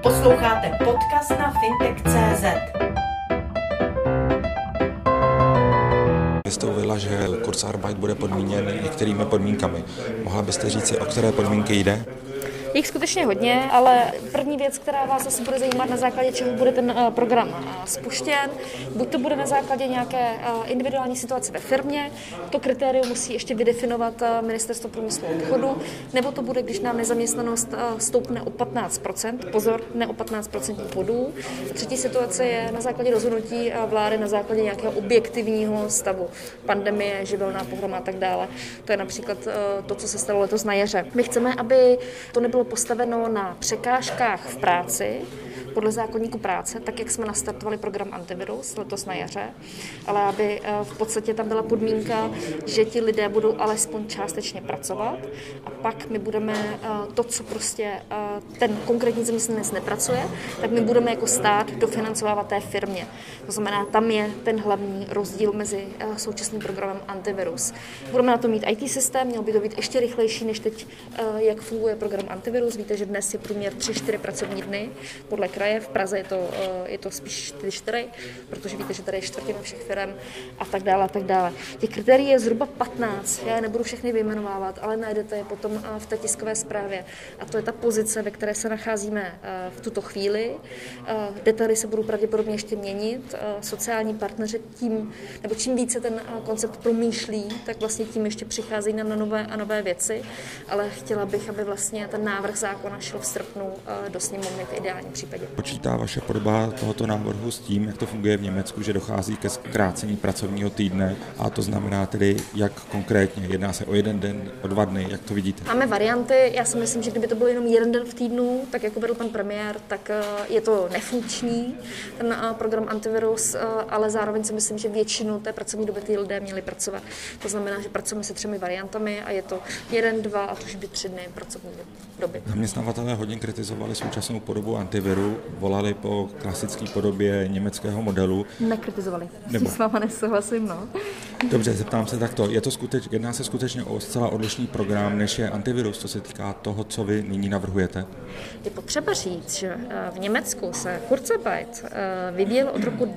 Posloucháte podcast na fintech.cz. Vy jste uvedla, že Kurzarbeit bude podmíněn některými podmínkami. Mohla byste říct, o které podmínky jde? Je jich skutečně hodně, ale první věc, která vás asi bude zajímat, na základě čeho bude ten program spuštěn, buď to bude na základě nějaké individuální situace ve firmě, to kritérium musí ještě vydefinovat Ministerstvo průmyslu a obchodu, nebo to bude, když nám nezaměstnanost stoupne o 15%, pozor, ne o 15% bodů. Třetí situace je na základě rozhodnutí vlády, na základě nějakého objektivního stavu, pandemie, živelná pohroma a tak dále. To je například to, co se stalo letos na jaře. My chceme, aby to nebylo postaveno na překážkách v práci, podle zákoníku práce, tak jak jsme nastartovali program Antivirus letos na jaře, ale aby v podstatě tam byla podmínka, že ti lidé budou alespoň částečně pracovat a pak my budeme to, co prostě ten konkrétní zaměstnanec nepracuje, tak my budeme jako stát dofinancovávat té firmě. To znamená, tam je ten hlavní rozdíl mezi současným programem Antivirus. Budeme na to mít IT systém, měl by to být ještě rychlejší než teď, jak funguje program Antivirus. Víte, že dnes je průměr 3-4 pracovní dny podle kraje. V Praze je to spíš 4, protože víte, že tady je čtvrtina všech firm a tak dále a tak dále. Těch kritérií je zhruba 15, já je nebudu všechny vyjmenovávat, ale najdete je potom v té tiskové zprávě. A to je ta pozice, ve které se nacházíme v tuto chvíli. Detaily se budou pravděpodobně ještě měnit. Sociální partneři čím více ten koncept promýšlí, tak vlastně tím ještě přicházejí na nové a nové věci, ale chtěla bych, aby vlastně ten návrh zákona šel v srpnu do sněmovny v ideálním případě. Počítá vaše podoba tohoto návrhu s tím, jak to funguje v Německu, že dochází ke zkrácení pracovního týdne, a to znamená tedy, jak konkrétně, jedná se o 1 den, o 2 dny, jak to vidíte? Máme varianty, já si myslím, že kdyby to byl jenom 1 den v týdnu, tak jako vedl pan premiér, tak je to nefunkční, ten program Antivirus, ale zároveň si myslím, že většinu té pracovní doby ty lidé měli pracovat. To znamená, že pracujeme se 3 variantami a je to 1, 2 a tuž by 3 dny pracovní doby. Zaměstnavatelé hodně kritizovali současnou podobu Antiviru, volali po klasické podobě německého modelu. Nekritizovali. S váma nesouhlasím, no. Dobře, zeptám se takto. Jedná se skutečně o zcela odlišný program, než je Antivirus, co se týká toho, co vy nyní navrhujete? Je potřeba říct, že v Německu se Kurzarbeit vyvíjel od roku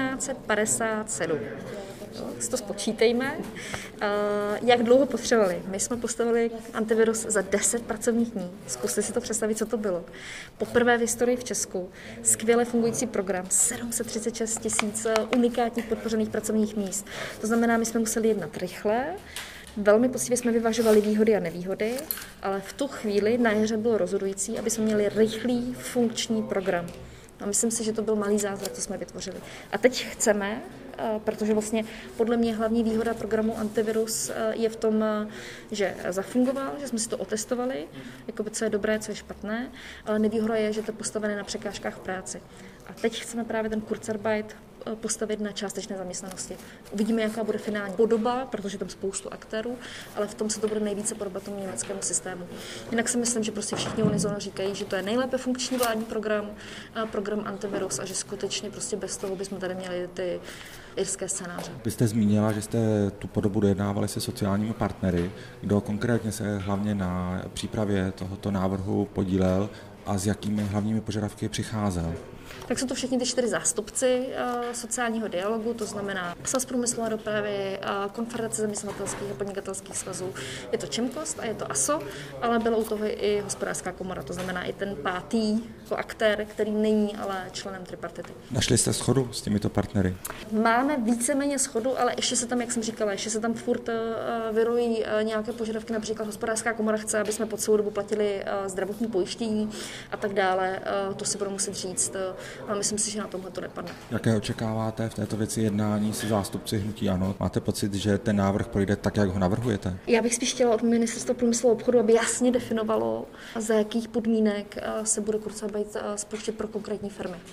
1957. Si to spočítejme, jak dlouho potřebovali. My jsme postavili Antivirus za 10 pracovních dní. Zkuste si to představit, co to bylo. Poprvé v historii v Česku skvěle fungující program, 736 000 unikátních podpořených pracovních míst. To znamená, my jsme museli jednat rychle, velmi poctivě jsme vyvažovali výhody a nevýhody, ale v tu chvíli na jaře bylo rozhodující, aby jsme měli rychlý, funkční program. A myslím si, že to byl malý zázrak, co jsme vytvořili. A teď chceme, protože vlastně podle mě hlavní výhoda programu Antivirus je v tom, že zafungoval, že jsme si to otestovali, jakoby co je dobré, co je špatné, ale nevýhoda je, že to je postavené na překážkách v práci. A teď chceme právě ten Kurzarbeit postavit na částečné zaměstnanosti. Uvidíme, jaká bude finální podoba, protože tam spoustu aktérů, ale v tom se to bude nejvíce podobat tomu německému systému. Jinak si myslím, že prostě všichni unizono říkají, že to je nejlépe funkční vládní program Antivirus a že skutečně prostě bez toho bychom tady měli ty irské scénáře. Vy jste zmínila, že jste tu podobu dojednávali se sociálními partnery. Kdo konkrétně se hlavně na přípravě tohoto návrhu podílel a s jakými hlavními požadavky přicházel? Tak jsou to všichni ty 4 zástupci sociálního dialogu, to znamená Svaz průmyslu a dopravy, Konfederace zaměstnavatelských a podnikatelských svazů. Je to Čemkost a je to ASO, ale byla u toho i Hospodářská komora, to znamená i ten 5. aktér, který není ale členem tripartity. Našli jste shodu s těmito partnery? Máme víceméně shodu, ale ještě se tam, jak jsem říkala, furt vyrojí nějaké požadavky, například Hospodářská komora chce, aby jsme po celou dobu platili zdravotní pojištění a tak dále. To si budou muset říct. Ale myslím si, že na tomhle to nepadne. Jaké očekáváte v této věci jednání se zástupci hnutí ANO? Máte pocit, že ten návrh projde tak, jak ho navrhujete? Já bych spíš chtěla od Ministerstva průmyslu a obchodu, aby jasně definovalo, za jakých podmínek se bude Kurzarbeit spouštět pro konkrétní firmy.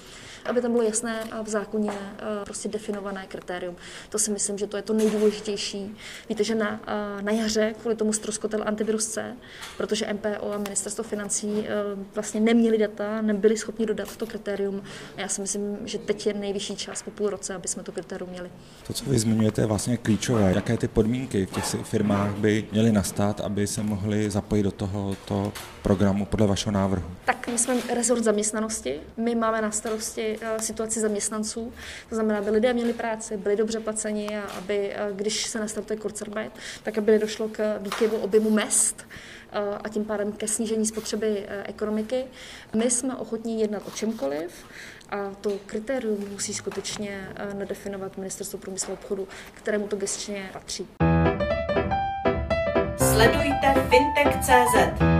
aby tam bylo jasné a v zákoně prostě definované kritérium. To si myslím, že to je to nejdůležitější. Víte, že na jaře kvůli tomu ztroskotal antivirus C, protože MPO a ministerstvo financí vlastně neměli data, nebyli schopni dodat to kritérium. A já si myslím, že teď je nejvyšší čas po půl roce, aby jsme to kritérium měli. To, co vy zmiňujete, je vlastně klíčové. Jaké ty podmínky v těch firmách by měly nastat, aby se mohly zapojit do tohoto programu podle vašeho návrhu? Tak my jsme rezort zaměstnanosti. My máme na starosti situaci zaměstnanců. To znamená, aby lidé měli práci, byli dobře placeni a aby, když se nastartuje Kurzarbeit, tak aby nedošlo k výkyvu objemu mezd a tím pádem ke snížení spotřeby ekonomiky. My jsme ochotní jednat o čemkoliv a to kritérium musí skutečně nadefinovat Ministerstvo průmyslu a obchodu, kterému to gesčně patří. Sledujte fintech.cz.